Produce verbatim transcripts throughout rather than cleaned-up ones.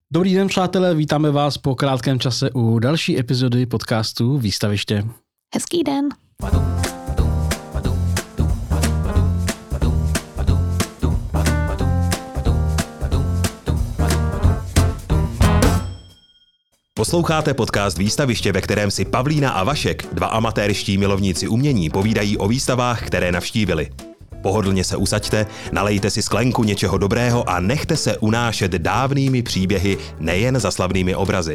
Dobrý den, přátelé, vítáme vás po krátkém čase u další epizody podcastu Výstaviště. Hezký den. Posloucháte podcast Výstaviště, ve kterém si Pavlína a Vašek, dva amatérští milovníci umění, povídají o výstavách, které navštívili. Pohodlně se usaďte, nalejte si sklenku něčeho dobrého a nechte se unášet dávnými příběhy, nejen za slavnými obrazy.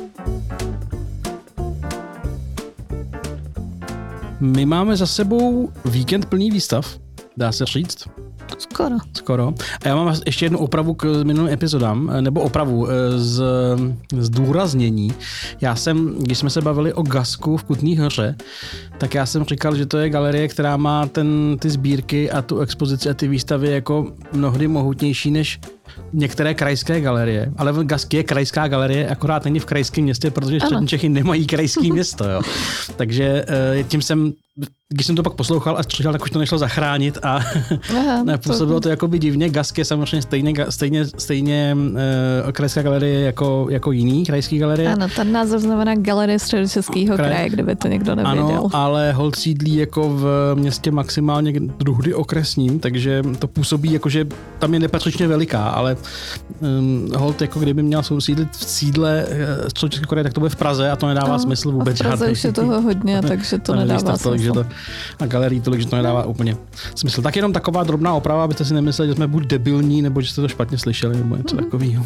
My máme za sebou víkend plný výstav, dá se říct. Skoro. Skoro. A já mám ještě jednu opravu k minulým epizodám, nebo opravu z zdůraznění. Já jsem, když jsme se bavili o Gasku v Kutný Hoře, tak já jsem říkal, že to je galerie, která má ten, ty sbírky a tu expozici a ty výstavy jako mnohdy mohutnější než některé krajské galerie. Ale Gask je krajská galerie, akorát není v krajském městě, protože střední Čechy nemají krajský město. Jo. Takže tím jsem, když jsem to pak poslouchal a stříhal, tak už to nešlo zachránit a Aha, působilo to jakoby divně. Gask je samozřejmě stejně, stejně, stejně uh, krajská galerie jako, jako jiný krajský galerie. Ano, ten název znamená Galerie Středočeského kraje, kraje, kdyby to někdo nevěděl. Ano, ale holt sídlí jako v městě maximálně druhdy okresním, takže to působí jako, že tam je nepatřičně veliká, ale um, holt jako kdyby měl sídlit v sídle Středočeského kraje, tak to bude v Praze a to nedává no, smysl vůbec. A v Praze už je toho hodně, takže to, to nedává smysl. To, a galerii tolik, že to nedává úplně smysl. Tak jenom taková drobná oprava, abyste si nemysleli, že jsme buď debilní, nebo že jste to špatně slyšeli, nebo něco mm. takového.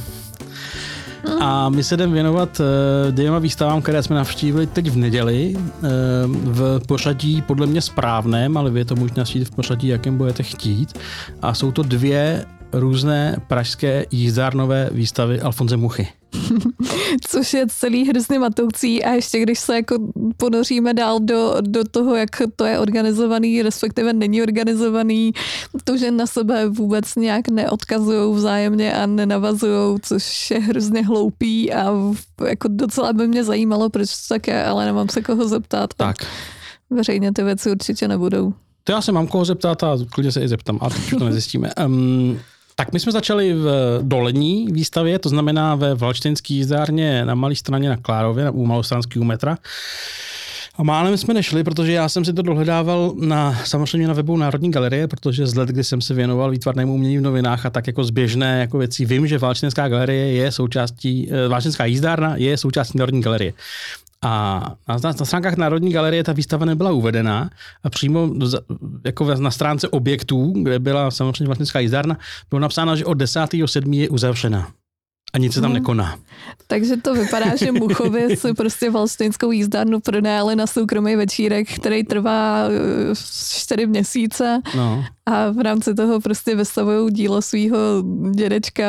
Mm. A my se jdeme věnovat uh, dvěma výstavám, které jsme navštívili teď v neděli, uh, v pořadí podle mě správném, ale vy to můžete navštívit v pořadí, jakém budete chtít. A jsou to dvě různé pražské jízdárnové výstavy Alfonse Muchy. Což je celý hrozně matoucí a ještě když se jako ponoříme dál do, do toho, jak to je organizovaný, respektive není organizovaný, to, že na sebe vůbec nějak neodkazujou vzájemně a nenavazujou, což je hrozně hloupý a jako docela by mě zajímalo, proč to tak je, ale nemám se koho zeptat. Tak. Veřejně ty věci určitě nebudou. To já se mám koho zeptat a klidně se i zeptám, a teď to nezjistíme. Um, Tak my jsme začali v dolední výstavě, to znamená ve Valštejnské jízdárně na Malé Straně na Klárově, u Malostranského metra. A málem jsme nešli, protože já jsem si to dohledával na, samozřejmě na webu Národní galerie, protože z let, kdy jsem se věnoval výtvarnému umění v novinách a tak jako zběžné jako věci, vím, že Valštejnská galerie je součástí, Valštejnská jízdárna je součástí Národní galerie. A na, na stránkách Národní galerie ta výstava nebyla uvedená a přímo jako na stránce objektů, kde byla samozřejmě Valštejnská jízdárna, bylo napsáno, že od desátého sedmého je uzavřena. A nic se tam nekoná. Takže to vypadá, že Muchovi si prostě Valštejnskou jízdárnu pronajali na soukromý večírek, který trvá čtyři měsíce no. A v rámci toho prostě vystavují dílo svýho dědečka,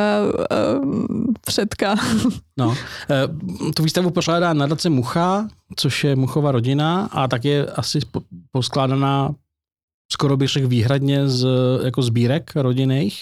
předka. No, tu výstavu pořádá nadace Mucha, což je Muchova rodina a tak je asi poskládaná skoro bych řekl výhradně z jako sbírek rodinných.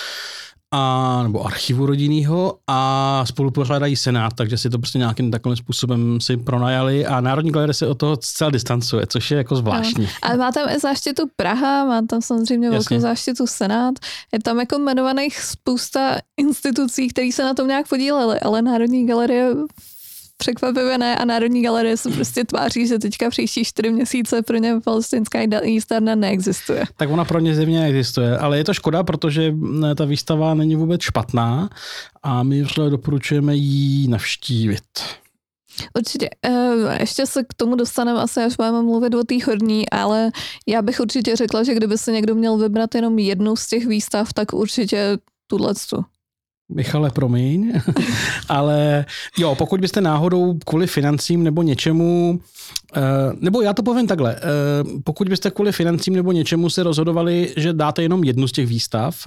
A, nebo archivu rodinného a spolupořádají senát, takže si to prostě nějakým takovým způsobem si pronajali a Národní galerie se od toho zcela distancuje, což je jako zvláštní. No, ale má tam i záštitu Praha, má tam samozřejmě velkou záštitu senát, je tam jako jmenovaných spousta institucí, které se na tom nějak podílely, ale Národní galerie překvapivě ne a Národní galerie se prostě tváří, že teďka příští čtyři měsíce pro ně Valštejnská jízdárna neexistuje. Tak ona pro ně zjevně neexistuje, ale je to škoda, protože ta výstava není vůbec špatná a my doporučujeme ji navštívit. Určitě. Ještě se k tomu dostaneme asi, až máme mluvit o té horní, ale já bych určitě řekla, že kdyby se někdo měl vybrat jenom jednu z těch výstav, tak určitě tuhletu. Michale, promiň, ale jo, pokud byste náhodou kvůli financím nebo něčemu, nebo já to povím takhle, pokud byste kvůli financím nebo něčemu se rozhodovali, že dáte jenom jednu z těch výstav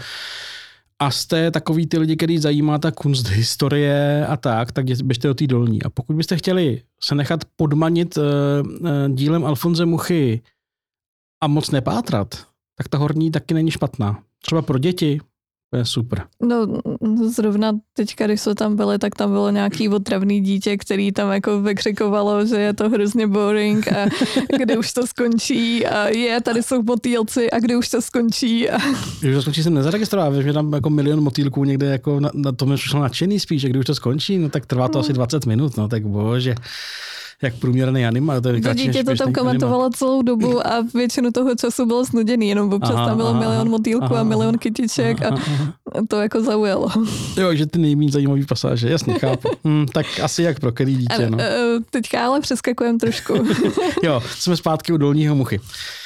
a jste takový ty lidi, který zajímá ta kunsthistorie a tak, tak běžte do té dolní. A pokud byste chtěli se nechat podmanit dílem Alfonse Muchy a moc nepátrat, tak ta horní taky není špatná. Třeba pro děti, To je super. No zrovna teďka, když jsme tam byli, tak tam bylo nějaký otravný dítě, který tam jako vykřikovalo, že je to hrozně boring a kdy už to skončí a je, tady jsou motýlci a kdy už to skončí. A... Když to skončí jsem nezaregistroval, že tam jako milion motýlků někde jako na, na tom přišlo nadšený spíš, a když už to skončí, no tak trvá to no. asi dvacet minut, no tak bože. Jak průměrný anima. To, to dítě to tam komentovalo anima. Celou dobu a většinu toho času bylo snuděný, jenom občas aha, tam bylo aha, milion motýlků aha, a milion kytiček aha, aha. a to jako zaujalo. Jo, že ty nejméně zajímavý pasáže, jasně, chápu. Hmm, tak asi jak pro který dítě, no. Teďka ale přeskakujeme trošku. Jo, jsme zpátky u Dolního Muchy.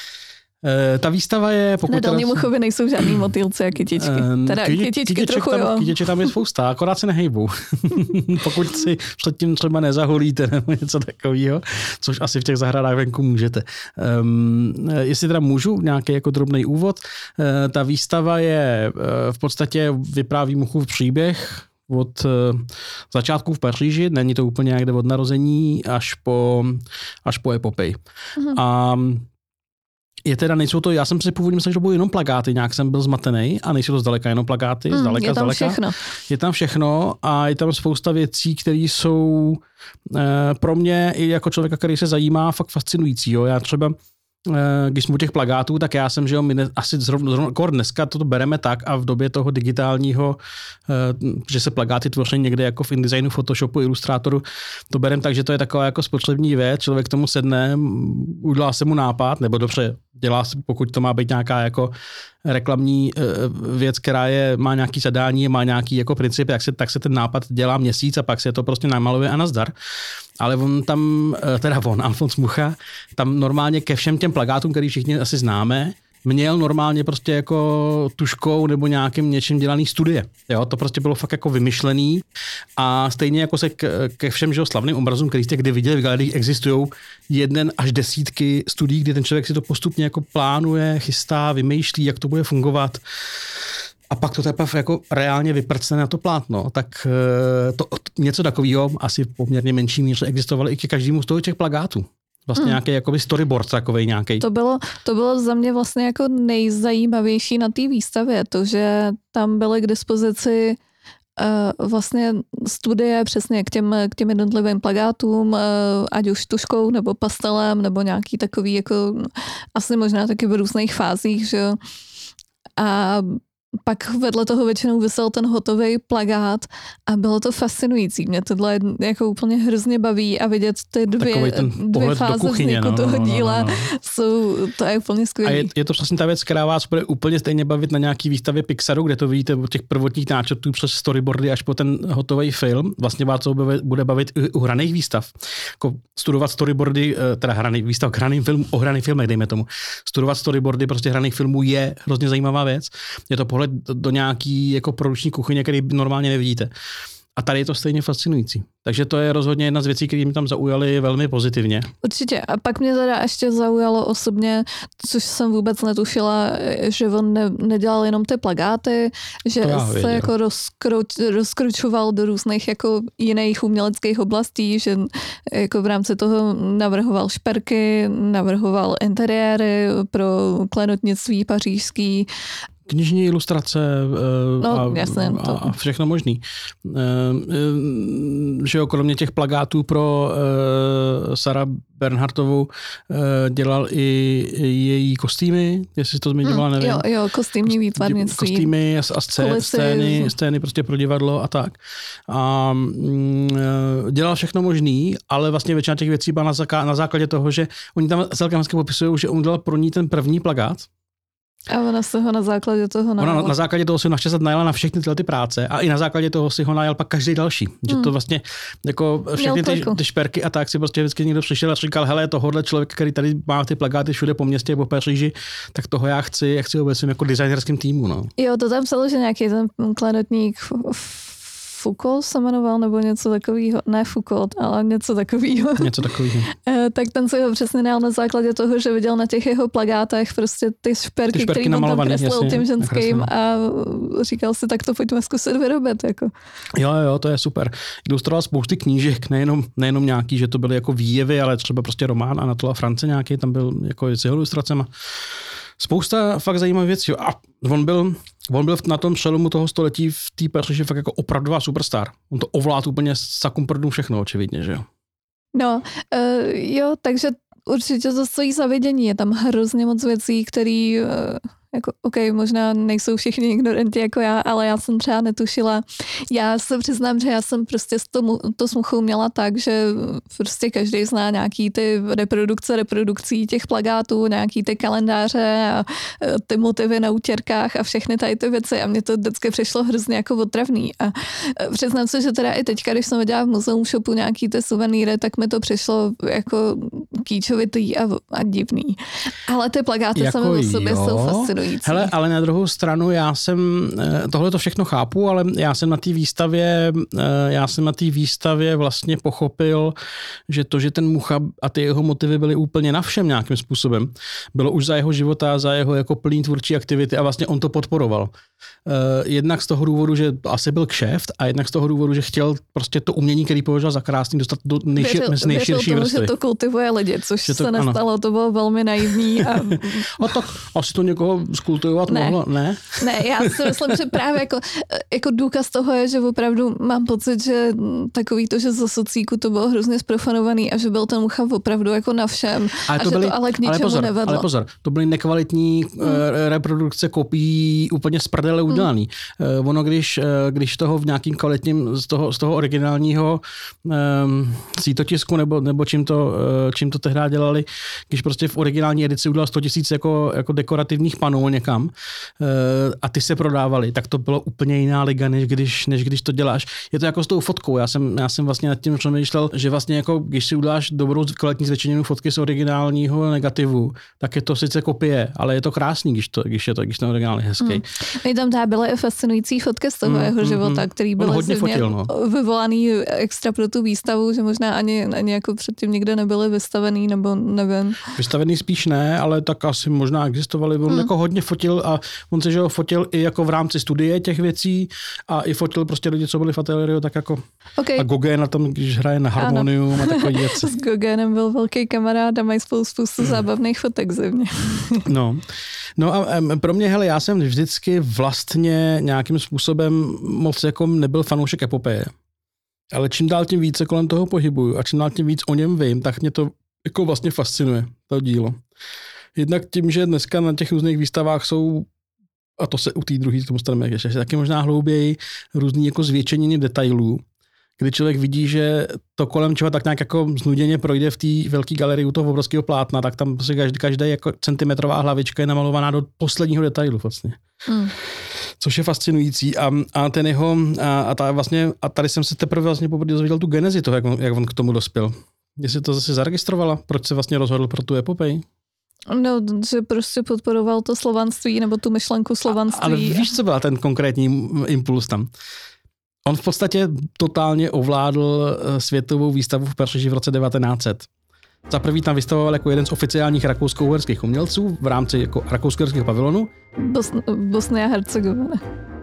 E, ta výstava je... Pokud na Dolní teda... Muchově nejsou žádný motýlci a kytičky. E, teda kyti, kytičky trochu, tam, jo. Kytiček tam je spousta, akorát se nehejbou. Pokud si předtím třeba nezaholíte nebo něco takového, což asi v těch zahradách venku můžete. Um, jestli teda můžu, nějaký jako drobný úvod. E, ta výstava je v podstatě vypráví Muchův příběh od začátku v Paříži, není to úplně někde od narození až po, až po epopej. Mhm. A je teda, nejsou to, já jsem si původně myslel, že to budou jenom plakáty, nějak jsem byl zmatený a nejsou to zdaleka jenom plakáty, mm, zdaleka, je tam zdaleka. všechno. Je tam všechno a je tam spousta věcí, které jsou eh, pro mě i jako člověka, který se zajímá, fakt fascinující. Jo. Já třeba když jsme u těch plakátů, tak já jsem, že jo, my ne, asi zrovna, zrovna dneska toto bereme tak a v době toho digitálního, že se plakáty tvoří někde jako v InDesignu, Photoshopu, Illustratoru, to bereme tak, že to je taková jako spotřební věc, člověk tomu sedne, udělá se mu nápad, nebo dobře, dělá se, pokud to má být nějaká jako reklamní věc, která je, má nějaký zadání, má nějaký jako princip, jak se, tak se ten nápad dělá měsíc a pak se to prostě namaluje a nazdar. Ale on tam, teda on, Alfons Mucha, tam normálně ke všem těm plakátům, který všichni asi známe, měl normálně prostě jako tuškou nebo nějakým něčím dělaný studie. Jo, to prostě bylo fakt jako vymyšlený a stejně jako se k, ke všem že, slavným obrazům, který jste kdy viděli v galerii, existují jeden až desítky studií, kdy ten člověk si to postupně jako plánuje, chystá, vymýšlí, jak to bude fungovat. A pak to teprve jako reálně vyprcne na to plátno, tak to, něco takového asi v poměrně menší míře existovalo i ke každému z toho těch plakátů. Vlastně hmm. nějaký jakoby storyboard takovej nějaký. To bylo, to bylo za mě vlastně jako nejzajímavější na té výstavě, to, že tam byly k dispozici uh, vlastně studie přesně k těm, k těm jednotlivým plakátům, uh, ať už tuškou nebo pastelem, nebo nějaký takový jako asi možná taky v různých fázích, že jo. A pak vedle toho většinou vysel ten hotový plakát a bylo to fascinující. Mě tohle jako úplně hrozně baví a vidět ty dvě, dvě fáze vzniku no, toho no, no, díla. No, no. Jsou, to je úplně skvělé. A je, je to přesně ta věc, která vás bude úplně stejně bavit na nějaký výstavě Pixaru, kde to vidíte od těch prvotních náčrtů přes storyboardy až po ten hotový film. Vlastně vás to bude bavit i u hraných výstav. Jako studovat storyboardy, teda hraných výstav k hraným filmům, o hraných filmech, dejme tomu. Studovat storyboardy prostě hraných filmů je hrozně zajímavá věc. Je to pohled do nějaký jako produční kuchyně, který normálně nevidíte. A tady je to stejně fascinující. Takže to je rozhodně jedna z věcí, které mi tam zaujaly velmi pozitivně. Určitě. A pak mě teda ještě zaujalo osobně, což jsem vůbec netušila, že on ne, nedělal jenom ty plakáty, že se věděl. jako rozkruč, rozkručoval do různých jako jiných uměleckých oblastí, že jako v rámci toho navrhoval šperky, navrhoval interiéry pro klenotnictví pařížský, knižní ilustrace no, a, jasně, a, a všechno možný. Že jo, kromě těch plakátů pro Sarah Bernhardtovou dělal i její kostýmy, jestli to zmiňovala, nevím. Jo, jo, kostýmní výtvarnictví. Kostýmy a scény, scény, scény prostě pro divadlo a tak. A dělal všechno možný, ale vlastně většina těch věcí byla na, zaká- na základě toho, že oni tam celkem hezky popisují, že on dělal pro ní ten první plakát. A ona se ho na základě toho najala. Ona na, na základě toho si ho naštěstí najala na všechny tyhle ty práce a i na základě toho si ho najal pak každý další. Že hmm. to vlastně jako všechny ty, ty šperky a tak si prostě vždycky někdo přišel a říkal, hele, tohohle člověk, který tady má ty plakáty všude po městě, po Paříži, tak toho já chci, jak chci obecně jako designerským týmu. No. Jo, to tam psalo, že nějaký ten klenotník Foucault se jmenoval, nebo něco takového, ne Foucault, ale něco takového. Něco takového. Tak ten se ho přesně najal na základě toho, že viděl na těch jeho plakátech prostě ty šperky, ty který on tam kreslil tím ženským nakreslil. A říkal si, tak to pojďme zkusit vyrobit. Jako. Jo, jo, to je super. Ilustroval spousty knížek, nejenom, nejenom nějaký, že to byly jako výjevy, ale třeba prostě román Anatola France nějaký, tam byl jako s jeho ilustracema. Spousta fakt zajímavých věcí. A on byl, on byl na tom přelomu toho století v té Paříži fakt jako opravdová superstar. On to ovládl úplně sakumprdnu všechno, očividně, že jo? No, uh, jo, takže určitě to stojí za vidění. Je tam hrozně moc věcí, které uh, jako, OK, možná nejsou všichni ignoranti jako já, ale já jsem třeba netušila. Já se přiznám, že já jsem prostě s tomu, to s Muchou měla tak, že prostě každý zná nějaký ty reprodukce, reprodukcí těch plakátů, nějaký ty kalendáře a ty motivy na utěrkách a všechny tady ty věci a mně to vždycky přišlo hrozně jako otravný a přiznám se, že teda i teďka, když jsem viděla v muzeum shopu nějaký ty suvenýry, tak mi to přišlo jako kýčovitý a, a divný. Ale ty plakáty jako sami o sobě jsou fascinující. Hele, ale na druhou stranu já jsem, tohle to všechno chápu, ale já jsem na té výstavě, já jsem na té výstavě vlastně pochopil, že to, že ten Mucha a ty jeho motivy byly úplně na všem nějakým způsobem, bylo už za jeho života, za jeho jako plný tvůrčí aktivity a vlastně on to podporoval. Jednak z toho důvodu, že asi byl kšeft a jednak z toho důvodu, že chtěl prostě to umění, který považoval za krásný, dostat do nejšir, věřil, nejširší věřil vrstvy. Tomu, že to kultivuje lidi, což že to, se nestalo, ano. To bylo velmi naivní. A... a tak asi to někoho skultivovat ne. mohlo, ne? Ne, já si myslím, že právě jako, jako důkaz toho je, že opravdu mám pocit, že takový to, že za socíku to bylo hrozně zprofanovaný a že byl ten Mucha opravdu jako na všem ale a to že byly, to ale k ničemu ale pozor, nevedlo. Ale pozor, to byly nekvalitní hmm. reprodukce kopií úplně z prdele udělaný. Hmm. Ono, když, když toho v nějakým kvalitním, z toho, z toho originálního um, sítotisku nebo, nebo čím, to, čím to tehdy dělali, když prostě v originální edici udělal sto tisíc jako, jako dekorativních panů někam uh, a ty se prodávali, tak to bylo úplně jiná liga, než když, než když to děláš. Je to jako s tou fotkou. Já jsem, já jsem vlastně nad tím přemýšlel, že vlastně jako, když si uděláš dobrou kvalitní zvětšeněnou fotky z originálního negativu, tak je to sice kopie, ale je to krásný, když, to, když je to, když ten originál je hezký. Hmm. Tam tady byly i fascinující fotky z toho mm, jeho života, mm, který byl hodně fotil, no. vyvolaný extra pro tu výstavu, že možná ani, ani jako předtím nikde nebyly vystavený, nebo nevím. Vystavený spíš ne, ale tak asi možná existovaly. On mm. jako hodně fotil a on se že ho fotil i jako v rámci studie těch věcí a i fotil prostě lidi, co byli v ateliéru, tak jako okay. A Gauguin na tom, když hraje na harmonium ano. a takové věci. S Gauguinem byl velký kamarád a mají spolu spoustu zábavných fotek zimně. no. No a pro mě, hele, já jsem vždycky vlastně nějakým způsobem moc jako nebyl fanoušek epopeje. Ale čím dál tím více kolem toho pohybuju a čím dál tím víc o něm vím, tak mě to jako vlastně fascinuje, to dílo. Jednak tím, že dneska na těch různých výstavách jsou, a to se u té druhé tomu staneme ještě taky možná hlouběji, různý jako zvětšeniny detailů, kdy člověk vidí, že to kolem čeho tak nějak jako znuděně projde v té velké galerii u toho obrovského plátna, tak tam prostě každý, každý jako centimetrová hlavička je namalovaná do posledního detailu vlastně. Mm. Což je fascinující a, a ten jeho, a, a, ta vlastně, a tady jsem se teprve vlastně poprvé dozvěděl tu genezi toho, jak on, jak on k tomu dospěl. Jestli to zase zaregistrovala, proč se vlastně rozhodl pro tu epopej? No, že prostě podporoval to slovanství nebo tu myšlenku slovanství. A, ale víš, co byl ten konkrétní impuls tam? On v podstatě totálně ovládl světovou výstavu v Paříži v roce devatenáct set. Za prvý tam vystavoval jako jeden z oficiálních rakousko-uherských umělců v rámci jako rakousko-uherského pavilonu. Bosn- Bosny a Hercegovina.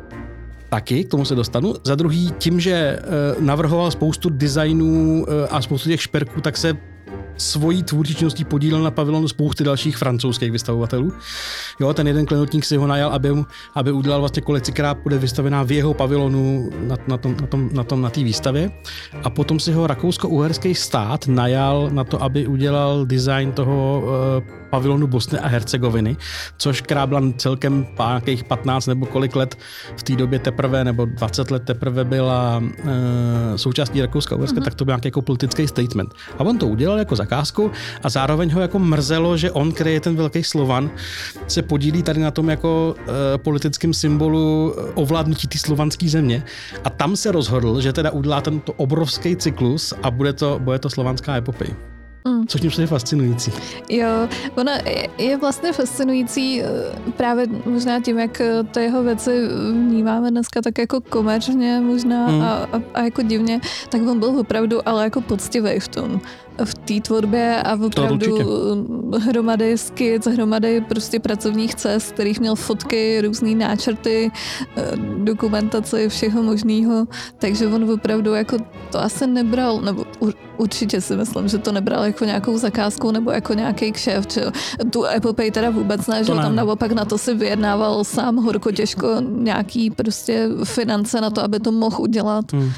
Taky, k tomu se dostanu. Za druhý tím, že navrhoval spoustu designů a spoustu těch šperků, tak se svojí tvůrčí činností podílel na pavilonu spousty dalších francouzských vystavovatelů. Jo, ten jeden klenotník si ho najal, aby, aby udělal vlastně kolekci, která bude vystavená v jeho pavilonu na, na tom, na tom, na tom, na té výstavě. A potom si ho rakousko-uherský stát najal na to, aby udělal design toho uh, pavilonu Bosny a Hercegoviny, což která byla celkem nějakých patnáct nebo kolik let v té době teprve, nebo dvacet let teprve byla uh, součástí Rakouska-Uherska, mm-hmm. tak to byl nějaký jako politický statement. A on to udělal jako zakázku a zároveň ho jako mrzelo, že on, který je ten velký Slovan, se podílí tady na tom jako uh, politickém symbolu ovládnutí té slovanské země. A tam se rozhodl, že teda udělá tento obrovský cyklus a bude to, bude to slovanská epopej. Mm. Což mě je fascinující. Jo, ona je vlastně fascinující právě možná tím, jak ty jeho věci vnímáme dneska tak jako komerčně možná mm. a, a, a jako divně, tak on byl opravdu ale jako poctivý v tom. v té tvorbě a opravdu hromady skic, hromady prostě pracovních cest, kterých měl fotky, různý náčrty, dokumentace všeho možného, takže on opravdu jako to asi nebral, nebo určitě si myslím, že to nebral jako nějakou zakázku nebo jako nějaký kšeft, že tu epopej teda vůbec ne, že tam naopak na to si vyjednával sám horko těžko nějaký prostě finance na to, aby to mohl udělat. Hmm.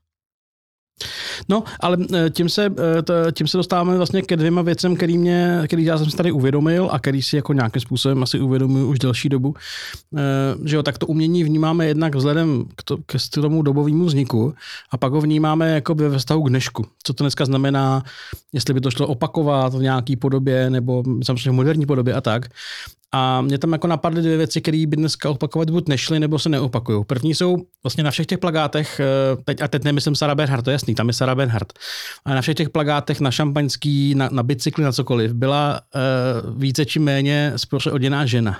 No, ale tím se, tím se dostáváme vlastně ke dvěma věcem, který, mě, který já jsem si tady uvědomil a který si jako nějakým způsobem asi uvědomuji už delší dobu. Že jo, tak to umění vnímáme jednak vzhledem k, to, k tomu dobovému vzniku a pak ho vnímáme jako ve vztahu k dnešku. Co to dneska znamená, jestli by to šlo opakovat v nějaký podobě nebo samozřejmě v moderní podobě a tak. A mě tam jako napadly dvě věci, které by dneska opakovat buď nešly, nebo se neopakují. První jsou vlastně na všech těch plakátech, teď, a teď nemyslím Sarah Bernhardt, to je jasný, tam je Sarah Bernhardt, ale na všech těch plakátech na šampaňský, na, na bicykli, na cokoliv, byla uh, více či méně spoře oděná žena.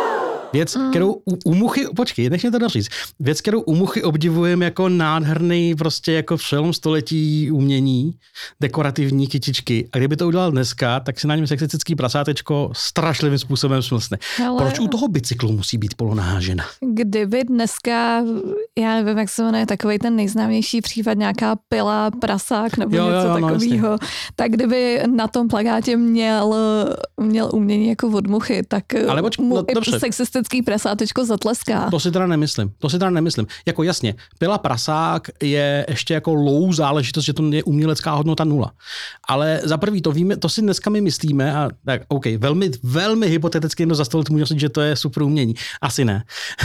Věc, kterou u, u Muchy, počkej, nech mě to doříct, věc, kterou u Muchy obdivujeme jako nádherný, prostě jako přelom století umění, dekorativní kytičky. A kdyby to udělal dneska, tak si na něm sexistický prasátečko strašlivým způsobem smlsne. Ale... Proč u toho bicyklu musí být polonahá žena? Kdyby dneska, já nevím, jak se jmenuje, takovej ten nejznámější případ, nějaká Pila, prasák nebo jo, něco jo, no, takového, no, tak kdyby na tom plakátě měl, měl umění jako od Muchy, tak ale počkej, mu no, sexistický prasátečko zatleská. To si teda nemyslím. To si teda nemyslím. Jako jasně, Pila prasák je ještě jako low záležitost, že to je umělecká hodnota nula. Ale za prvý to víme, to si dneska my myslíme a tak OK, velmi, velmi hypoteticky jen do zastolit můžu říct, že to je super umění. Asi ne.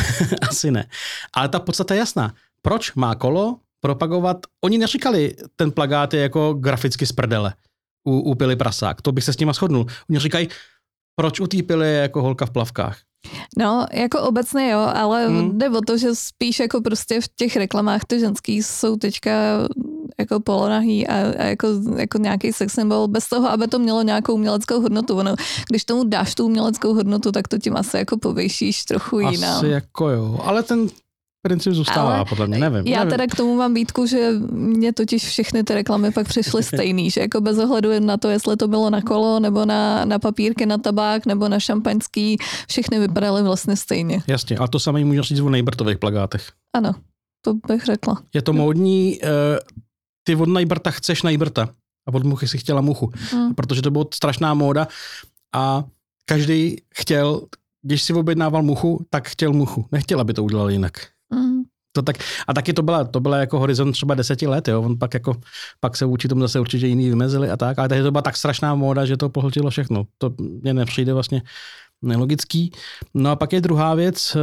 Asi ne. Ale ta podstata je jasná. Proč má Kolo propagovat? Oni neříkali, ten plakát je jako graficky z prdele u, u Pily prasák. To bych se s nima shodnul. Oni říkají, proč u té Pily je jako holka v plavkách? No, jako obecně jo, ale hmm. jde o to, že spíš jako prostě v těch reklamách ty ženský jsou teďka jako polonahý a, a jako, jako nějaký sex symbol, bez toho, aby to mělo nějakou uměleckou hodnotu. Ono, když tomu dáš tu uměleckou hodnotu, tak to tím asi jako povejšíš trochu jinam. Asi jako jo, ale ten princip zůstává, ale podle mě, nevím. Já nevím. teda k tomu mám výtku, že mě totiž všechny ty reklamy pak přišly stejný, že jako bez ohledu na to, jestli to bylo na kolo, nebo na, na papírky, na tabák, nebo na šampaňský, všechny vypadaly vlastně stejně. Jasně, ale to samé můžu říct o Nejbrtových plakátech. Ano, to bych řekla. Je to módní, uh, ty od Nejbrta chceš Nejbrta a od Muchy si chtěla Muchu, hmm. protože to byla strašná móda a každý chtěl, když si objednával Muchu, tak chtěl Muchu, nechtěl, aby to udělal jinak. Mm. To tak, a taky to byla, to byla jako horizont třeba deseti let, jo. On pak, jako, pak se vůči tomu zase určitě jiný vymezili a tak, ale tehdy to byla tak strašná móda, že to pohltilo všechno. To mě nepřijde vlastně nelogický. No a pak je druhá věc,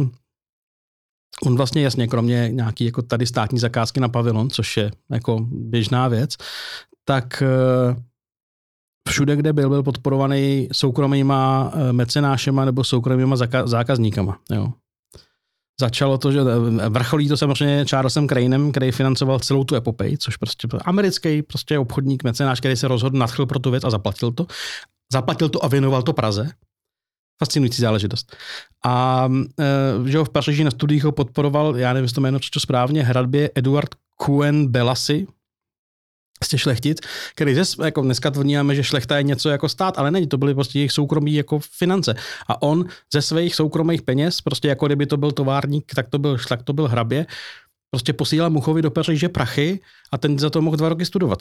on vlastně jasně, kromě nějaký jako tady státní zakázky na pavilon, což je jako běžná věc, tak všude, kde byl, byl podporovaný soukromýma mecenášema nebo soukromýma zákazníkama, jo. Začalo to, že vrcholí to samozřejmě Charlesem Cranem, který financoval celou tu epopej, což prostě byl americký prostě obchodník, mecenáš, který se rozhodl, nadchl pro tu věc a zaplatil to. Zaplatil to a věnoval to Praze. Fascinující záležitost. A že ho v Paříži na studiích ho podporoval, já nevím, jestli to jméno přečtu správně, hradbě Eduard Cohen Bellasy, z těch šlechtic, který zes, jako dneska tvrdíme, že šlechta je něco jako stát, ale není, to byly prostě jejich soukromí jako finance. A on ze svých soukromých peněz, prostě jako kdyby to byl továrník, tak to byl šlak, to byl hrabě, prostě posílal Muchovi do Paříže prachy a ten za to mohl dva roky studovat.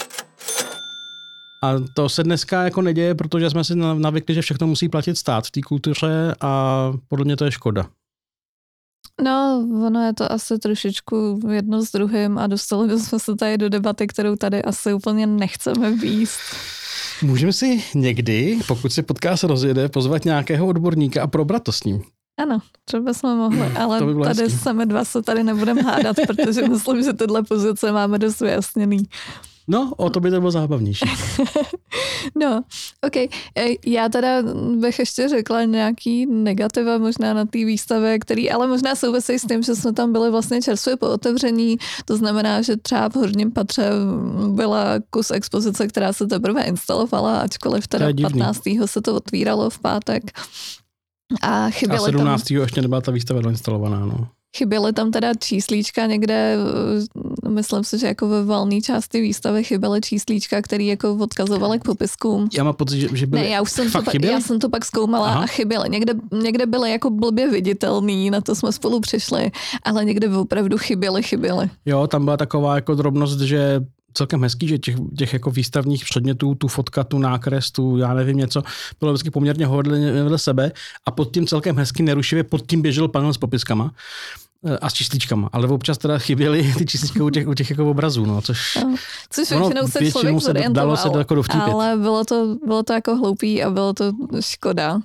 A to se dneska jako neděje, protože jsme si navykli, že všechno musí platit stát v té kultuře a podle mě to je škoda. No, ono je to asi trošičku jedno s druhým a dostali bychom se tady do debaty, kterou tady asi úplně nechceme vést. Můžeme si někdy, pokud se podcast rozjede, pozvat nějakého odborníka a probrat to s ním. Ano, třeba jsme mohli, ale by tady hezky. Sami dva se tady nebudeme hádat, protože myslím, že tyhle pozice máme dost vyjasněný. No, o to by to bylo zábavnější. No, ok. Já teda bych ještě řekla nějaký negativa možná na té výstavě, který ale možná souvisí s tím, že jsme tam byli vlastně čerstvě po otevření. To znamená, že třeba v horním patře byla kus expozice, která se teprve instalovala, ačkoliv teda patnáctého se to otvíralo v pátek. A chyběly A sedmnáctého tam... ještě nebyla ta výstava doinstalovaná, no. Chyběly tam teda číslíčka někde, myslím si, že jako ve valné části výstavy chyběly číslíčka, které jako odkazovaly k popiskům. Já mám pocit, že, že byly Ne, já už jsem fakt to, chyběly? já jsem to pak zkoumala Aha. a chyběly. Někde, někde byly jako blbě viditelný, na to jsme spolu přišli, ale někde opravdu chyběly, chyběly. Jo, tam byla taková jako drobnost, že celkem hezký, že těch, těch jako výstavních předmětů, tu fotka, tu nákres, tu já nevím něco, bylo vždycky poměrně hodně vedle sebe a pod tím celkem hezky nerušivě, pod tím běžel panel s popiskama a s čísličkama, ale občas teda chyběly ty číslička u těch, u těch jako obrazů, no, což... No, což většinou se člověk se dalo se to jako dovtípit. Ale bylo to, bylo to jako hloupý a bylo to škoda.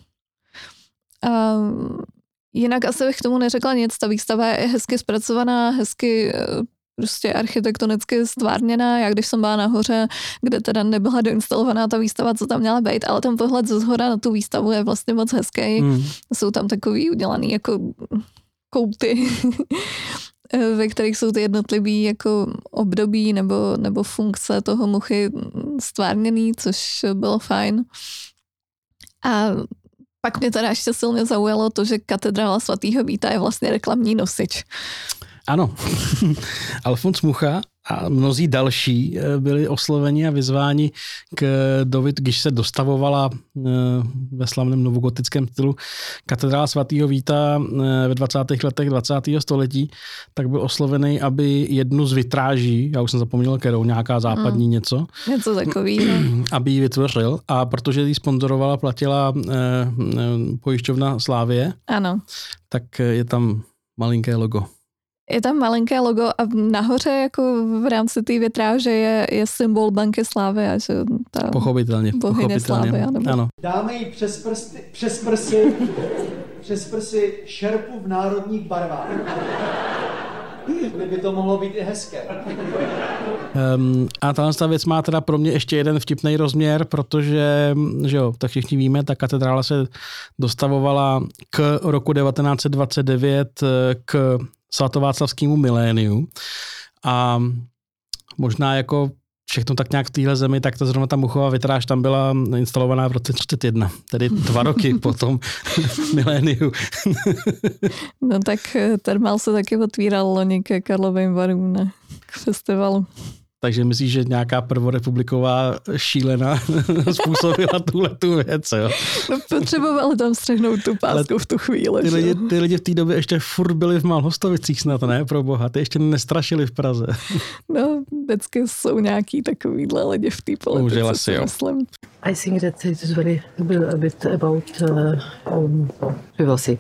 A jinak asi bych k tomu neřekla nic, ta výstava je hezky zpracovaná, hezky prostě architektonicky stvárněná. Já když jsem byla nahoře, kde teda nebyla doinstalovaná ta výstava, co tam měla být, ale ten pohled ze zhora na tu výstavu je vlastně moc hezký. Mm. Jsou tam takový udělaný jako kouty, ve kterých jsou ty jednotlivý jako období nebo, nebo funkce toho muchy stvárněný, což bylo fajn. A pak mě teda ještě silně zaujalo to, že katedrála svatého Víta je vlastně reklamní nosič. Ano, Alfons Mucha a mnozí další byli osloveni a vyzváni k dovit, když se dostavovala ve slavném novogotickém stylu katedrála svatého Víta ve dvacátých letech dvacátého století, tak byl oslovený, aby jednu z vitráží, já už jsem zapomněl, kterou, nějaká západní mm. něco, něco takového, aby ji vytvořil a protože ji sponzorovala, platila pojišťovna Slávie, ano. tak je tam malinké logo. Je tam malinké logo a nahoře jako v rámci té vitráže je, je symbol banky Slávy. A že ta pochopitelně. Bohyně Slávy. Ano. Dáme jí přes, prsty, přes prsy přes prsy šerpu v národních barvách. Kdyby to mohlo být i hezké. Um, a tato věc má teda pro mě ještě jeden vtipný rozměr, protože, že jo, tak všichni víme, ta katedrála se dostavovala k roku devatenáct set dvacet devět k svatováclavskému miléniu a možná jako všechno tak nějak v téhle zemi, tak to zrovna ta Muchova vitráž tam byla instalovaná v roce třicet jedna, tedy dva roky po tom miléniu. No tak Thermal se taky otvíral loni ke Karlovým Varům na k festivalu. Takže myslíš, že nějaká prvorepubliková šílená způsobila tuhletu věc, jo? No potřebovali tam střehnout tu pásku v tu chvíli. Ty lidi, ty lidi v té době ještě furt byli v Malhostovicích snad, ne? Pro boha, ty ještě nestrašili v Praze. No, vždycky jsou nějaký takovýhle lidi v té politice, asi, jo. myslím. I think that it is very a bit about uh, um, privacy.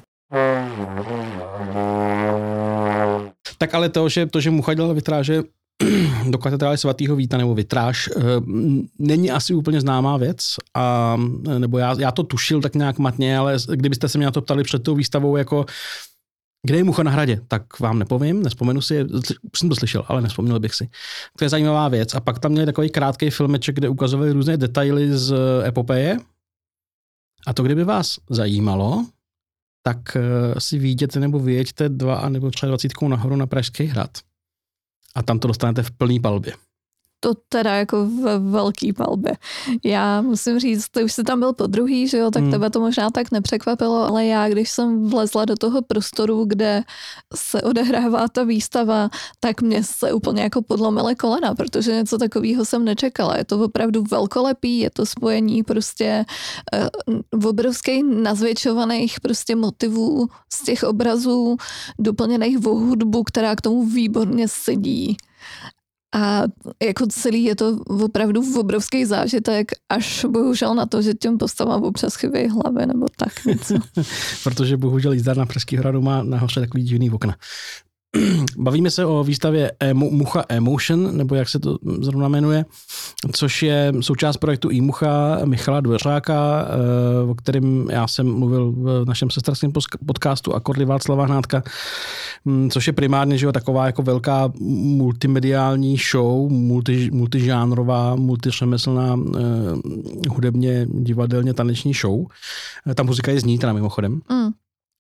Tak ale to, že, to, že Mucha dělal vitráže do katedrály svatého Víta nebo vitráž, není asi úplně známá věc, a, nebo já, já to tušil tak nějak matně, ale kdybyste se mě na to ptali před tou výstavou, jako kde je Mucha na hradě, tak vám nepovím, nespomenu si, už jsem to slyšel, ale nespomněl bych si. To je zajímavá věc. A pak tam měli takový krátký filmeček, kde ukazovali různé detaily z epopeje. A to, kdyby vás zajímalo, tak si vyjděte nebo vyjeďte dva a nebo třeba dvacítkou nahoru na Pražský hrad. A tam to dostanete v plný palbě. To teda jako ve velký palbě. Já musím říct, ty už jsi tam byl po druhý, že jo, tak hmm. tebe to možná tak nepřekvapilo, ale já, když jsem vlezla do toho prostoru, kde se odehrává ta výstava, tak mě se úplně jako podlomily kolena, protože něco takového jsem nečekala. Je to opravdu velkolepý, je to spojení prostě uh, obrovských nazvětšovaných prostě motivů z těch obrazů, doplněných o hudbu, která k tomu výborně sedí. A jako celý je to opravdu obrovský zážitek, až bohužel na to, že těm postavám občas chybějí hlavy nebo tak něco. Protože bohužel jízdár na Pražský hradu má nahoře takový divný okna. Bavíme se o výstavě Mucha Emotion, nebo jak se to zrovna jmenuje, což je součást projektu iMucha Michala Dvořáka, o kterém já jsem mluvil v našem sesterském podcastu Akordy Václava Hnádka, což je primárně, že jo, taková jako velká multimediální show, multi, multižánrová, multiřemeslná hudebně, divadelně, taneční show. Ta muzika je zní teda mimochodem. Mm.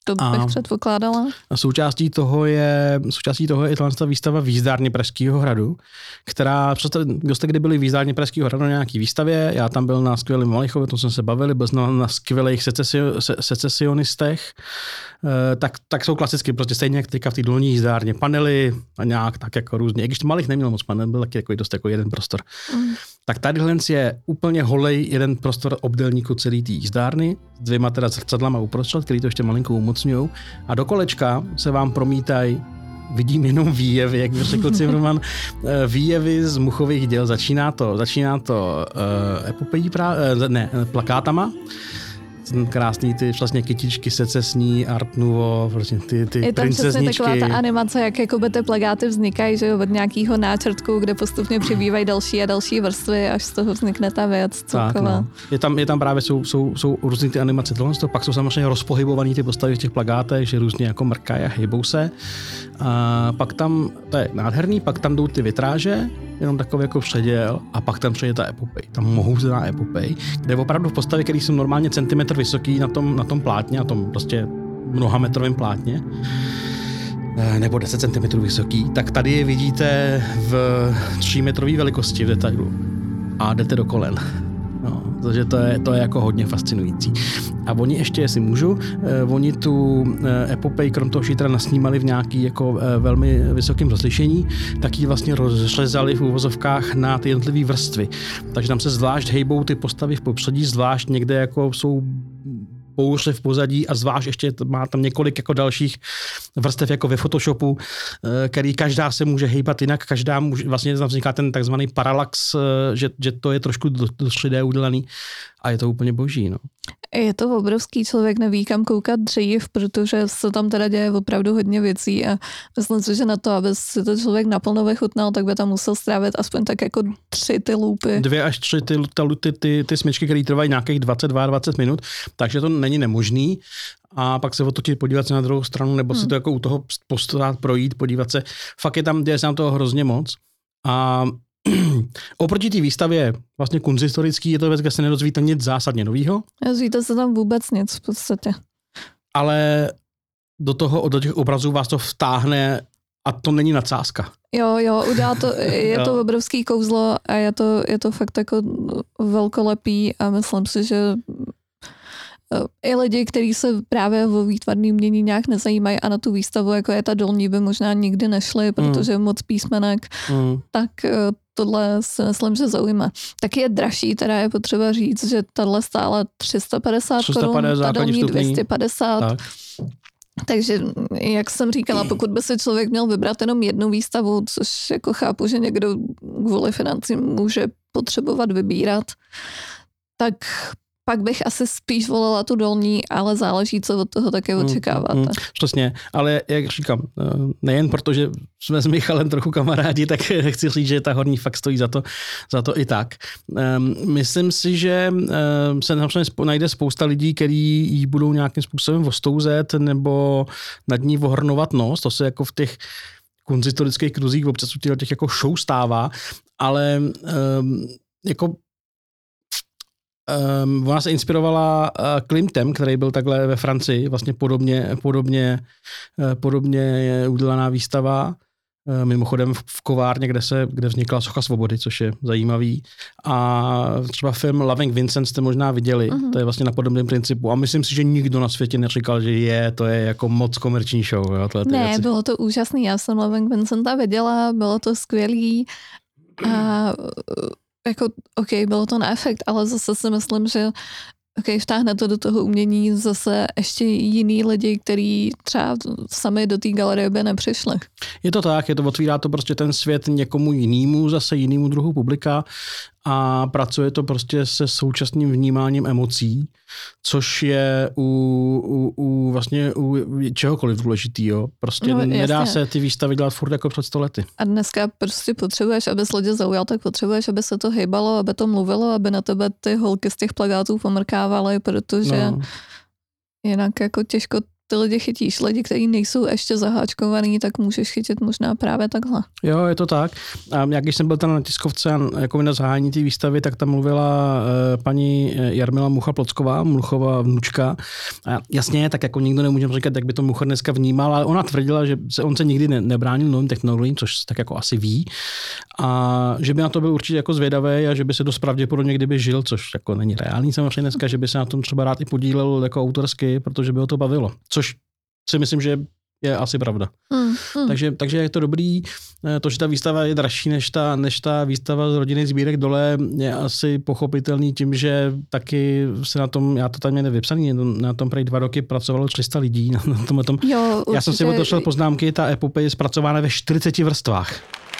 To bych a, předpokládala. A součástí toho je, součástí toho je i ta výstava v jízdárně Pražského hradu, která, kdo jste kdy byli v jízdárně Pražského hradu na nějaký výstavě, já tam byl na skvělém Malichově, to jsme se bavili, byl na, na skvělých secesio, se, secesionistech, e, tak, tak jsou klasicky prostě stejně jak teďka v té dolní jízdárně, panely a nějak tak jako různě, i když Malých neměl moc panel, byl taky jako dost jako jeden prostor. Mm. Tak tadyhle je úplně holej jeden prostor obdélníku celý té jízdárny, s dvěma teda zrcadlama uprostřed, který to ještě malinko umocňují. A do kolečka se vám promítají, vidím jenom výjevy, jak by řekl Cimrman, výjevy z Muchových děl. Začíná to, začíná to uh, epopejí, pra, uh, ne, plakátama, krásný ty vlastně kytičky secesní, Art Nouveau, prostě ty, ty je tam princezničky. Je tam taková ta animace, jak jakoby ty plakáty vznikají, že jo, od nějakého náčrtku, kde postupně přibývají další a další vrstvy, až z toho vznikne ta věc celková. No. Je tam, je tam právě jsou, jsou, jsou různý ty animace tohle, pak jsou samozřejmě rozpohybovaný ty postavy v těch plakátech, že různě jako mrkají a hejbou se. A pak tam, to je nádherný, pak tam jdou ty vitráže, jenom takový jako předěl, a pak tam přijde ta epopej, ta mohutná epopej, kde opravdu v postavě, který jsou normálně centimetr vysoký na tom, na tom plátně, na tom prostě mnohametrovém plátně, nebo deset centimetrů vysoký, tak tady je vidíte v třímetrové velikosti v detailu a jdete do kolen. No, takže to je, to je jako hodně fascinující. A oni ještě, jestli můžu, eh, oni tu eh, epopej, krom toho, že ji teda nasnímali v nějaký jako eh, velmi vysokém rozlišení, tak ji vlastně rozřezali v úvozovkách na ty jednotlivé vrstvy. Takže tam se zvlášť hejbou ty postavy v popředí, zvlášť někde jako jsou bouře v pozadí a zvlášť ještě má tam několik jako dalších vrstev jako ve Photoshopu, který každá se může hejbat jinak, každá může, vlastně tam vzniká ten takzvaný paralax, že, že to je trošku do, do tři dé udělaný a je to úplně boží, no. Je to obrovský, člověk neví, kam koukat dřív, protože se tam teda děje opravdu hodně věcí a myslím si, že na to, aby si to člověk naplno vychutnal, tak by tam musel strávit aspoň tak jako tři ty loopy. Dvě až tři ty, ty, ty, ty smyčky, které trvají nějakých dvacet dva dvacet minut, takže to není nemožný. A pak se otočit, podívat se na druhou stranu, nebo hmm. si to jako u toho postát projít, podívat se. Fakt je tam, děje se nám toho hrozně moc. A oproti té výstavě vlastně kunsthistorický je to věc, kde se nedozvíte nic zásadně novýho. Nedozvíte se tam vůbec nic v podstatě. Ale do toho, do těch obrazů vás to vtáhne a to není nadsázka. Jo, jo, udělá to, je to obrovský kouzlo a je to, je to fakt jako velkolepý a myslím si, že i lidi, kteří se právě o výtvarný umění nějak nezajímají a na tu výstavu, jako je ta dolní, by možná nikdy nešli, protože je moc písmenek, mm. tak tohle si myslím, že zaujme. Taky je dražší, teda je potřeba říct, že tahle stála tři sta padesát korun, ta dolní dvě stě padesát. Tak. Takže, jak jsem říkala, pokud by si člověk měl vybrat jenom jednu výstavu, což jako chápu, že někdo kvůli financím může potřebovat vybírat, tak pak bych asi spíš volila tu dolní, ale záleží, co od toho také očekáváte. Mm, mm, přesně, ale jak říkám, nejen proto, že jsme s Michalem trochu kamarádi, tak chci říct, že ta horní fakt stojí za to, za to i tak. Um, myslím si, že um, se najde spousta lidí, kteří ji budou nějakým způsobem ostouzet nebo nad ní ohrnovat nos, to se jako v těch kunsthistorických kruzích občas u těch jako show stává, ale um, jako Um, ona se inspirovala uh, Klimtem, který byl takhle ve Francii, vlastně podobně, podobně, uh, podobně je udělaná výstava, uh, mimochodem v, v kovárně, kde, se, kde vznikla Socha svobody, což je zajímavý. A třeba film Loving Vincent jste možná viděli, uh-huh. To je vlastně na podobném principu. A myslím si, že nikdo na světě neříkal, že je, to je jako moc komerční show. Jo, ne, věci. Bylo to úžasný, já jsem Loving Vincenta viděla, bylo to skvělý. A jako, OK, bylo to na efekt, ale zase si myslím, že OK, vtáhne to do toho umění zase ještě jiný lidi, kteří třeba sami do té galerie by nepřišli. Je to tak, je to, otvírá to prostě ten svět někomu jinému, zase jinému druhu publika a pracuje to prostě se současným vnímáním emocí, což je u, u, u vlastně u čehokoliv důležitýho. Prostě no, nedá jasně. se ty výstavy dělat furt jako před sto lety. A dneska prostě potřebuješ, aby se lidi zaujal, tak potřebuješ, aby se to hejbalo, aby to mluvilo, aby na tebe ty holky z těch plakátů pomrkávaly, protože no. jinak jako těžko ty lidi chytíš. Lidi, kteří nejsou ještě zaháčkovaný, tak můžeš chytit možná právě takhle. Jo, je to tak. A jak když jsem byl tam na tiskovce a jako na zahájení té výstavy, tak tam mluvila uh, paní Jarmila Mucha-Plocková, Mluchova vnučka. A jasně, tak jako nikdo nemůže říkat, jak by to Mucha dneska vnímal, ale ona tvrdila, že se, on se nikdy ne, nebránil novým technologiím, což tak jako asi ví. A že by na to byl určitě jako zvědavý a že by se dost pravděpodobně, kdyby žil, což jako není reálný samozřejmě dneska, že by se na tom třeba rád i podílel jako autorsky, protože by ho to bavilo. Což si myslím, že je asi pravda. Mm, mm. Takže, takže je to dobrý. To, že ta výstava je dražší než ta, než ta výstava z rodinných sbírek dole, je asi pochopitelný tím, že taky se na tom, já to tam měl vypsaný, na tom prej dva roky pracovalo tři sta lidí. Na tom, tom. Jo, já jsem si otočil poznámky, ta epopej je zpracována ve čtyřiceti vrstvách.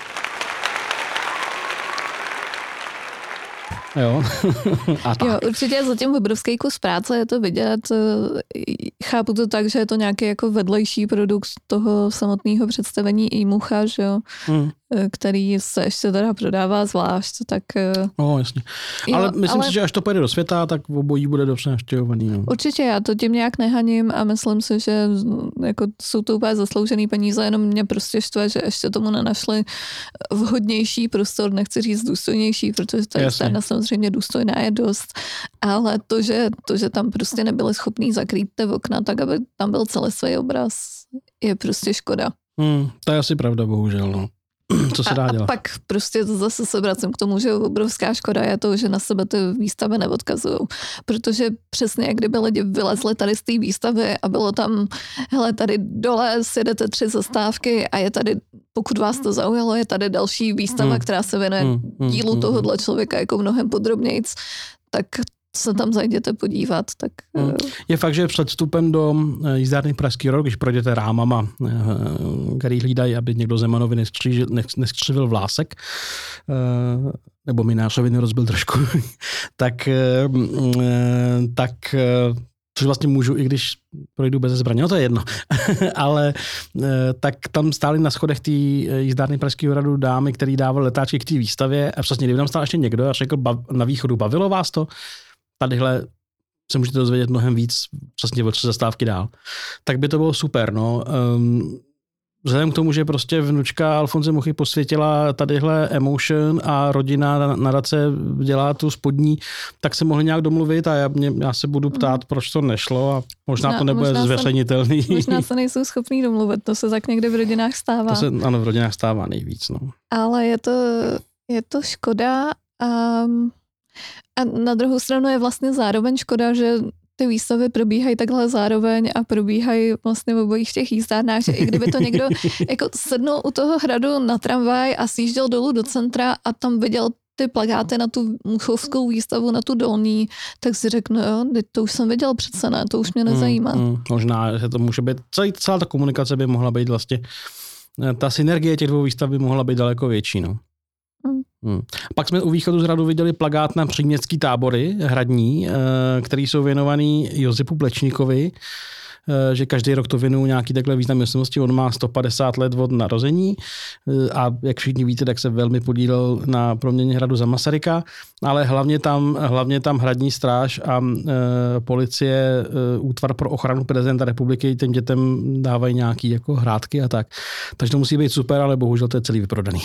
Jo. A tak. Jo, určitě je zatím obrovský kus práce, je to vidět. Chápu to tak, že je to nějaký jako vedlejší produkt toho samotného představení i Mucha, že jo, hmm. který se ještě teda prodává zvlášť, tak... No, jasně. Jo, ale myslím ale... si, že až to pojede do světa, tak obojí bude dobře navštěvovaný. No. Určitě, já to tím nějak nehaním a myslím si, že jako jsou to úplně zasloužený peníze, jenom mě prostě štve, že ještě tomu nenašli vhodnější prostor, nechci říct důstojnější, protože ta scéna samozřejmě důstojná je dost, ale to, že, to, že tam prostě nebyli schopní zakrýt ty okna, tak aby tam byl celý svůj obraz, je prostě škoda. Hmm, to je asi pravda, bohužel, no. Co se dá dělat? A pak prostě zase se vracím k tomu, že obrovská škoda je to, že na sebe ty výstavy neodkazují. Protože přesně jak kdyby lidi vylezli tady z té výstavy a bylo tam, hele, tady dole sjedete tři zastávky a je tady, pokud vás to zaujalo, je tady další výstava, hmm. která se věnuje hmm. dílu hmm. tohohle člověka jako mnohem podrobnějc, tak se tam zajděte podívat. Tak... Hmm. Je fakt, že před vstupem do jízdárny Pražský rok, když projdete rámama, který hlídají, aby někdo Zemanovi neskřivil, neskřivil vlásek, nebo Minášovi nerozbil trošku, tak, tak což vlastně můžu, i když projdu bez zbraně, no to je jedno, ale tak tam stály na schodech té jízdárny Pražského hradu dámy, který dával letáčky k té výstavě a přesně, kdyby tam stál ještě někdo a řekl na východu, bavilo vás to? Tadyhle se můžete dozvědět mnohem víc, přesně o tři zastávky dál. Tak by to bylo super, no. Um, vzhledem k tomu, že prostě vnučka Alfonse Muchy posvětila tadyhle Emotion a rodina nadace dělá tu spodní, tak se mohli nějak domluvit a já, mě, já se budu ptát, proč to nešlo a možná, možná to nebude zveřejnitelný. Možná se nejsou schopní domluvit, to se tak někde v rodinách stává. To se, ano, v rodinách stává nejvíc, no. Ale je to, je to škoda a, a na druhou stranu je vlastně zároveň škoda, že ty výstavy probíhají takhle zároveň a probíhají vlastně v obojích těch jízdárnách, že i kdyby to někdo jako sednul u toho hradu na tramvaj a sjížděl dolů do centra a tam viděl ty plakáty na tu muchovskou výstavu, na tu dolní, tak si řeknu, jo, to už jsem viděl přece, ne, to už mě nezajímá. Hmm, hmm, možná, že to může být, celá, celá ta komunikace by mohla být vlastně, ta synergie těch dvou výstav by mohla být daleko větší, no. Hmm. Pak jsme u východu z hradu viděli plakát na příměstský tábory hradní, který jsou věnovaný Josipu Plečníkovi, že každý rok to věnují nějaký takhle významné osobnosti. On má sto padesát let od narození a jak všichni víte, tak se velmi podílel na proměně hradu za Masaryka, ale hlavně tam, hlavně tam hradní stráž a e, policie, e, útvar pro ochranu prezidenta republiky těm dětem dávají nějaký jako hrátky a tak. Takže to musí být super, ale bohužel to je celý vyprodaný.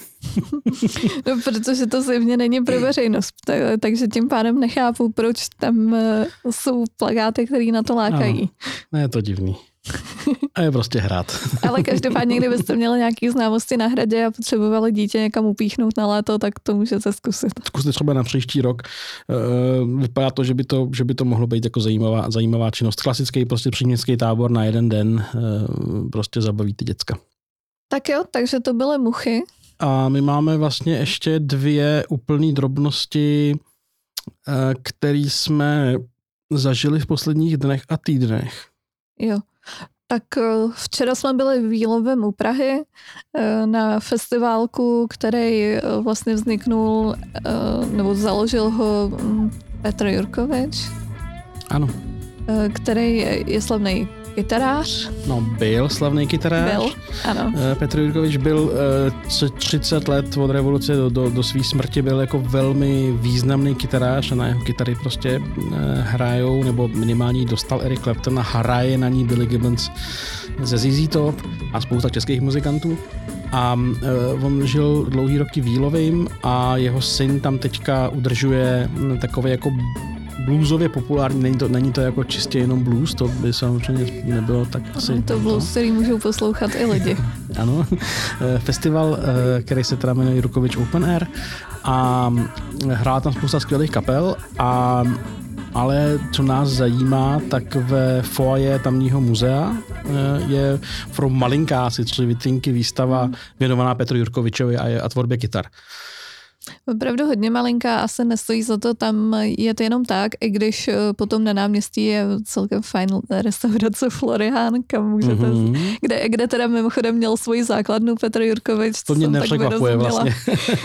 No, protože to zjevně není pro veřejnost, tak, takže tím pádem nechápu, proč tam jsou plakáty, které na to lákají. Ano, je to divný. A je prostě hrát. Ale každopádně, kdybyste měli nějaké známosti na hradě a potřebovali dítě někam upíchnout na léto, tak to můžete zkusit. Zkuste třeba na příští rok. Vypadá to, že by to, že by to mohlo být jako zajímavá, zajímavá činnost. Klasický prostě příměstský tábor na jeden den prostě zabaví ty děcka. Tak jo, takže to byly Muchy. A my máme vlastně ještě dvě úplné drobnosti, které jsme zažili v posledních dnech a týdnech. Jo, tak včera jsme byli v Jílovém u Prahy na festiválku, který vlastně vzniknul, nebo založil ho Petr Jurkovič. Ano. Který je slavný Kytarář? No, byl slavný kytarář. Byl, ano. Petr Jurkovič byl třicet let od revoluce do, do, do své smrti byl jako velmi významný kytarář a na jeho kytary prostě hrajou, nebo minimálně dostal Eric Clapton a hraje na ní Billy Gibbons ze Z Z Top a spousta českých muzikantů. A on žil dlouhý roky v Jílovým a jeho syn tam teďka udržuje takový jako bluesově populární, není to, není to jako čistě jenom blues, to by samozřejmě nebylo tak asi. Je to blues, který můžou poslouchat i lidi. Ano, festival, který se teda jmenuje Jurkovič Open Air a hrál tam spousta skvělých kapel a ale co nás zajímá, tak ve foaje tamního muzea je pro malinkáci, tři vitrinky, výstava věnovaná Petru Jurkovičovi a, a tvorbě kytar. Opravdu hodně malinká, asi nestojí za to tam jet jenom tak, i když potom na náměstí je celkem fajn restaurace Florián, kam můžete, mm-hmm. kde, kde teda mimochodem měl svoji základnu Petr Jurkovič. To mě nepřekvapuje vlastně.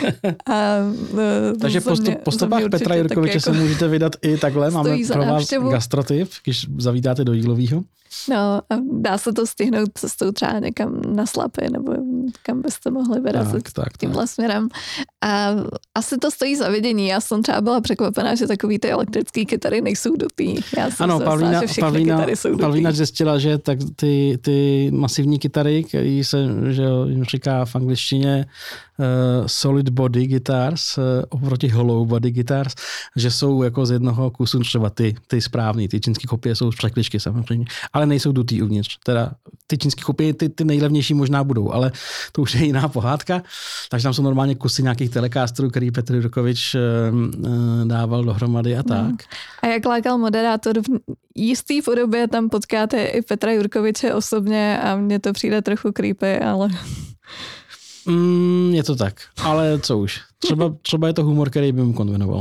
A, takže po, mě, po stopách Petra Jurkoviče se jako můžete vydat i takhle, máme pro vás návštěvu. Gastrotip, když zavítáte do Jílovýho. No a dá se to stihnout cestou třeba někam na Slapy, nebo kam byste mohli vyrazit tímhle tak. směrem. A asi to stojí za vidění. Já jsem třeba byla překvapená, že takový ty elektrické kytary nejsou dutý. Já jsem ano, Pavlína, že všechny Pavlína, kytary jsou dutý. Pavlína zjistila, že tak ty, ty masivní kytary, který se že jim říká v angličtině uh, solid body guitars, uh, oproti hollow body guitars, že jsou jako z jednoho kusu třeba ty, ty správný, ty čínský kopie jsou z překličky samozřejmě, ale nejsou dutý uvnitř. Teda ty čínský kopie, ty, ty nejlevnější možná budou, ale to už je jiná pohádka. Takže tam jsou normálně kusy nějakých telekástrů, který Petr Jurkovič uh, dával dohromady a tak. No. A jak lákal moderátor, v jistý podobě tam potkáte i Petra Jurkoviče osobně a mně to přijde trochu creepy, ale... Mm, je to tak, ale co už. Třeba, třeba je to humor, který by mu konvenoval.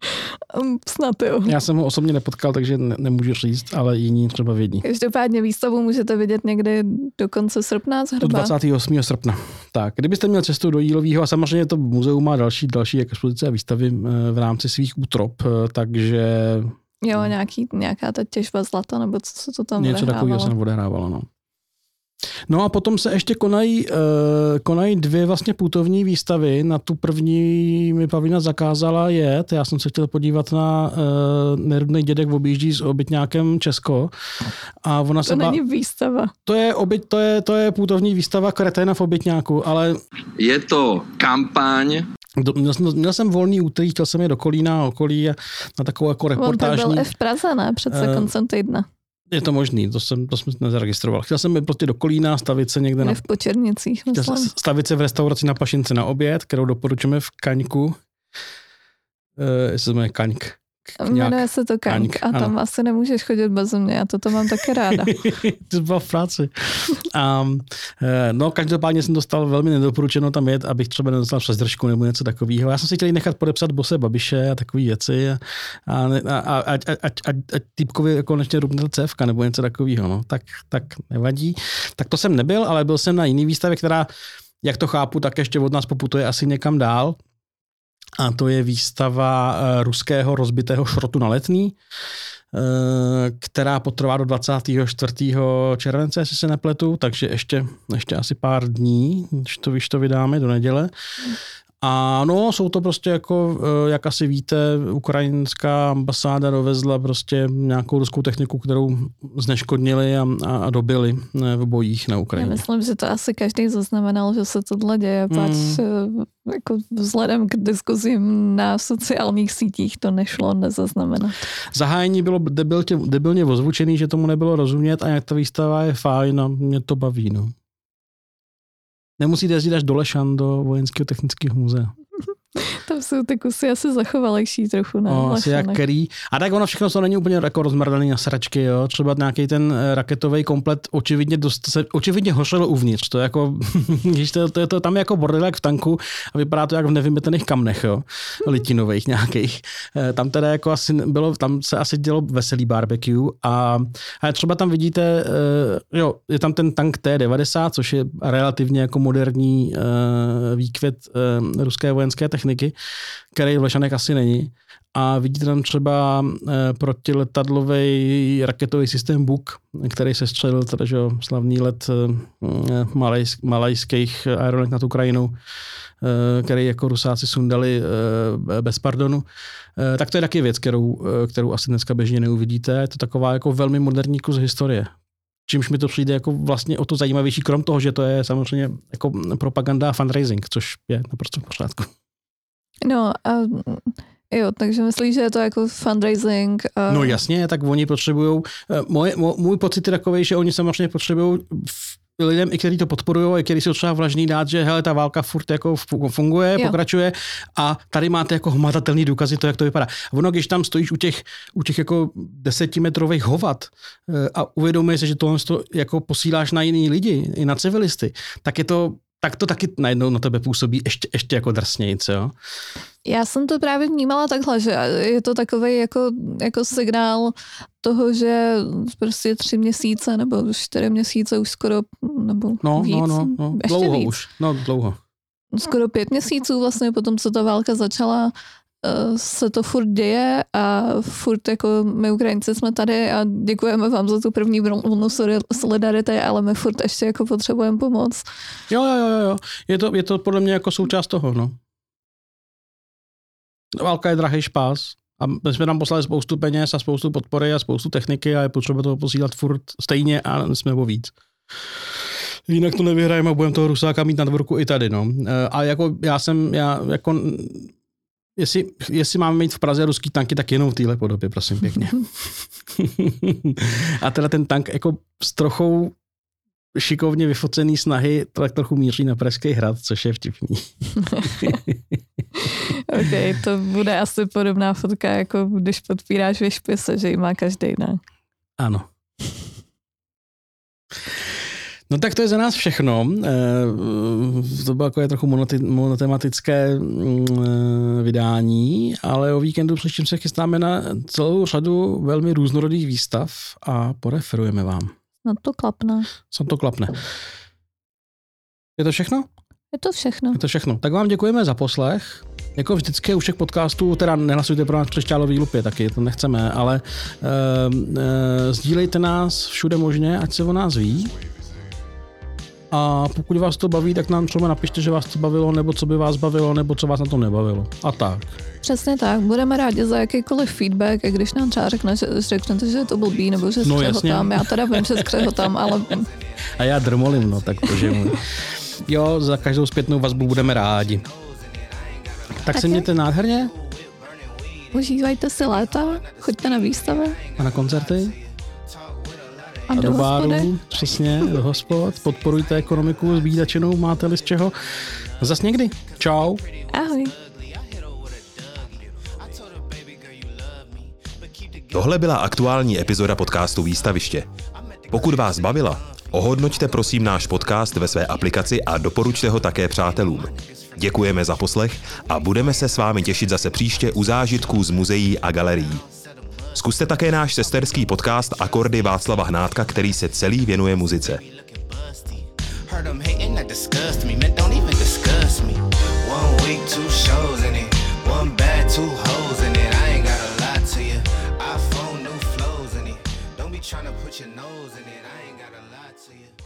Snad jo. Já jsem ho osobně nepotkal, takže ne, nemůžu říct, ale jiní třeba vědí. Každopádně výstavu můžete vidět někdy do konce srpna zhruba? Do dvacátého osmého srpna. Tak, kdybyste měl cestu do Jílovýho, a samozřejmě to muzeum má další, další expozice a výstavy v rámci svých útrop, takže... Jo, nějaký, nějaká ta těžba zlata, nebo co se to tam něco odehrávalo? Něco takového se tam odehrávalo, no. No a potom se ještě konají, uh, konají dvě vlastně putovní výstavy. Na tu první mi Pavlína zakázala jet. Já jsem se chtěl podívat na uh, Nerudný dědek objíždí s obytňákem Česko. A ona to se není ba... výstava. To je, obyt, to, je, to je putovní výstava Kreténa v obytňáku, ale... Je to kampaň. Do, měl, jsem, měl jsem volný úterý, chtěl jsem je do Kolína a okolí na takovou jako reportážní... On byl i v Praze, ne? Přece uh, koncem týdna. Je to možný, to jsem, to jsem nezaregistroval. Chtěl jsem prostě do Kolína, stavit se někde na... v Počernicích, myslím. Stavit se v restauraci na Pašince na oběd, kterou doporučujeme v Kaňku. Uh, jestli se jmenuje Kaňk. Jmenuje se to Kaňk a tam ano. Asi nemůžeš chodit bez mě, já to, to mám taky ráda. To byla v práci. Um, no, každopádně jsem dostal velmi nedoporučeno tam jet, abych třeba nedostal přes držku nebo něco takového. Já jsem si chtěl nechat podepsat Bose Babiše a takové věci a, a, a, a, a, a, a týpkovi konečně rupnul cévka nebo něco takového. No. Tak, tak nevadí. Tak to jsem nebyl, ale byl jsem na jiný výstavě, která, jak to chápu, tak ještě od nás poputuje asi někam dál. A to je výstava ruského rozbitého šrotu na Letný, která potrvá do dvacátého čtvrtého července, jestli se nepletu, takže ještě, ještě asi pár dní, když to, když to vydáme do neděle. A no, jsou to prostě jako, jak asi víte, ukrajinská ambasáda dovezla prostě nějakou ruskou techniku, kterou zneškodnili a, a, a dobili v bojích na Ukrajině. Já myslím, že to asi každý zaznamenal, že se tohle děje, mm. pač jako vzhledem k diskuzím na sociálních sítích to nešlo nezaznamenat. Zahájení bylo debiltě, debilně ozvučený, že tomu nebylo rozumět a jak ta výstava je fajn a mě to baví, no. Nemusíte jezdit až do Lešan, do Vojenského technického muzea. Tam jsou ty kusy asi zachovalejší trochu, ne? No, asi jak který. A tak ono všechno to není úplně jako rozmrdaný na sračky, jo. Třeba nějaký ten raketový komplet očividně, dost, se, očividně hořelo uvnitř. To je jako, když to, to, je to tam jako bordel jak v tanku a vypadá to jak v nevymetených kamnech, jo. Litinových nějakých. Tam teda jako asi bylo, tam se asi dělo veselý barbecue a, a třeba tam vidíte, jo, je tam ten tank T devadesát, což je relativně jako moderní výkvět ruské vojenské techniky. techniky, který v Lešanech asi není. A vidíte tam třeba protiletadlový raketový systém Buk, který se střelil, teda, že slavný let malajs, malajských aeronek nad Ukrajinou, který jako Rusáci sundali bez pardonu. Tak to je taky věc, kterou, kterou asi dneska běžně neuvidíte. Je to taková jako velmi moderní kus historie. Čímž mi to přijde jako vlastně o to zajímavější, krom toho, že to je samozřejmě jako propaganda a fundraising, což je naprosto v pořádku. No a jo, takže myslíš, že je to jako fundraising? A... No jasně, tak oni potřebují, můj, můj pocit je takový, že oni samozřejmě potřebují lidem, i kteří to podporují, i kteří jsou třeba vlažný dát, že hele, ta válka furt jako funguje, jo. pokračuje a tady máte jako hmatatelný důkazy to, jak to vypadá. Ono, když tam stojíš u těch, u těch jako desetimetrových hovat a uvědomuješ se, že tohle jako posíláš na jiný lidi, i na civilisty, tak je to tak to taky najednou na tebe působí ještě, ještě jako drsnějc, jo? Já jsem to právě vnímala takhle, že je to takový jako, jako signál toho, že prostě tři měsíce nebo čtyři měsíce už skoro, nebo no, víc. No, no, no. Ještě dlouho víc. už, no dlouho. Skoro pět měsíců vlastně potom, co ta válka začala, se to furt děje a furt jako my Ukrajinci jsme tady a děkujeme vám za tu první vlnu solidarity, ale my furt ještě jako potřebujeme pomoc. Jo, jo, jo, jo. Je to, je to podle mě jako součást toho, no. Válka je drahý špás a my jsme tam poslali spoustu peněz a spoustu podpory a spoustu techniky a je potřeba toho posílat furt stejně a nesmíme o víc. Jinak to nevyhrajeme a budeme toho Rusáka mít na dvorku i tady, no. A jako já jsem, já jako Jestli, jestli máme mít v Praze ruský tanky, tak jenom v téhle podobě, prosím pěkně. A teda ten tank jako s trochou šikovně vyfocený snahy tak trochu míří na Pražský hrad, což je vtipný. OK, to bude asi podobná fotka, jako když podpíráš věšpise, že ji má každý, ne? Ano. No tak to je za nás všechno. To bylo jako je trochu monotematické vydání, ale o víkendu příštím se chystáme na celou řadu velmi různorodých výstav a poreferujeme vám. No to klapne. Snad to klapne. Je to všechno? Je to všechno. Je to všechno. Tak vám děkujeme za poslech. Jako vždycky u všech podcastů, teda nehlasujte pro nás křišťálový lupě, taky to nechceme, ale uh, uh, sdílejte nás všude možně, ať se o nás ví. A pokud vás to baví, tak nám třeba napište, že vás to bavilo, nebo co by vás bavilo, nebo co vás na to nebavilo. A tak. Přesně tak. Budeme rádi za jakýkoliv feedback, i když nám třeba řekne, že, řeknete, že je to blbý, nebo že skřehotám. No, já teda vím, že skřehotám, ale... A já drmolím, no, tak bože můj. Jo, za každou zpětnou vazbu budeme rádi. Tak, tak se mějte nádherně. Užívajte si léta, choďte na výstavy. A na koncerty. A, a do, do báru, hospody. Přesně, do hospod. Podporujte ekonomiku zbídačenou, máte-li z čeho. Zas někdy. Čau. Ahoj. Tohle byla aktuální epizoda podcastu Výstaviště. Pokud vás bavila, ohodnoťte prosím náš podcast ve své aplikaci a doporučte ho také přátelům. Děkujeme za poslech a budeme se s vámi těšit zase příště u zážitků z muzeí a galerií. Zkuste také náš sesterský podcast Akordy Václava Hnátka, který se celý věnuje muzice. Trying to put your nose in it, I ain't gotta lie to you.